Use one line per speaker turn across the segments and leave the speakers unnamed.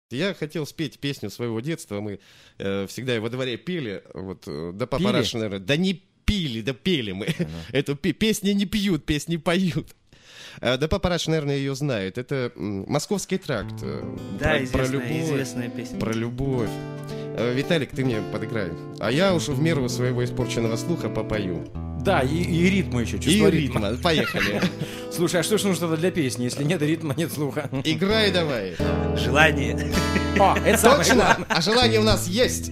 Я хотел спеть песню своего детства, мы всегда ее во дворе пели, вот, да папа
Пили?
Раша, наверное, да не пили, да пели мы, эту песни не пьют, песни поют. Да папа Раша, наверное, ее знает, это «Московский тракт»,
Да,
про любовь,
известная песня.
про любовь. Виталик, ты мне подыграй, а я уж в меру своего испорченного слуха попою.
Да, и ритма еще,
И
чувство ритма.
ритма, поехали.
Слушай, а что ж нужно тогда для песни, если нет ритма, нет слуха?
Играй давай.
Желание.
О, это самое
Точно,
главное.
а желание у нас есть.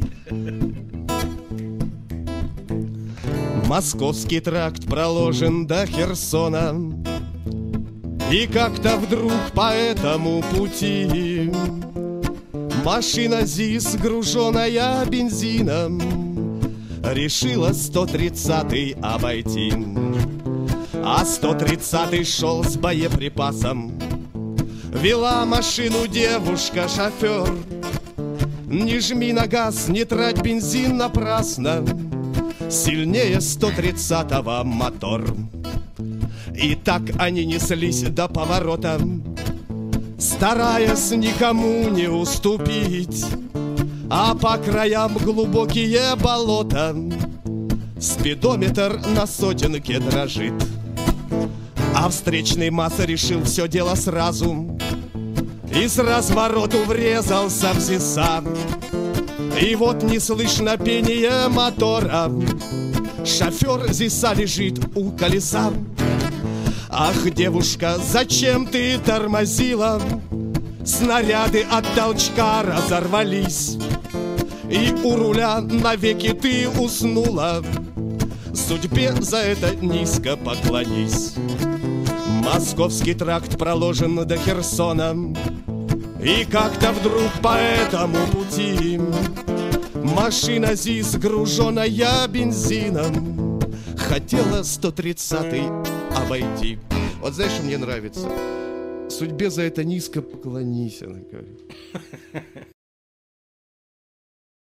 Московский тракт проложен до Херсона, и как-то вдруг по этому пути машина ЗИС, груженная бензином, решила 130-й обойти. А 130-й шел с боеприпасом, вела машину девушка-шофер. Не жми на газ, не трать бензин напрасно, сильнее 130-го мотор. И так они неслись до поворота, стараясь никому не уступить. А по краям глубокие болота, спидометр на сотенке дрожит. А встречный МАЗ решил все дело сразу и с развороту врезался в ЗИСа. И вот не слышно пения мотора, шофер ЗИСа лежит у колеса. Ах, девушка, зачем ты тормозила? Снаряды от толчка разорвались, и у руля навеки ты уснула. Судьбе за это низко поклонись. Московский тракт проложен до Херсона, и как-то вдруг по этому пути машина ЗИС, груженная бензином, хотела 130-й обойти. Вот знаешь, что мне нравится? Судьбе за это низко поклонись, она говорит.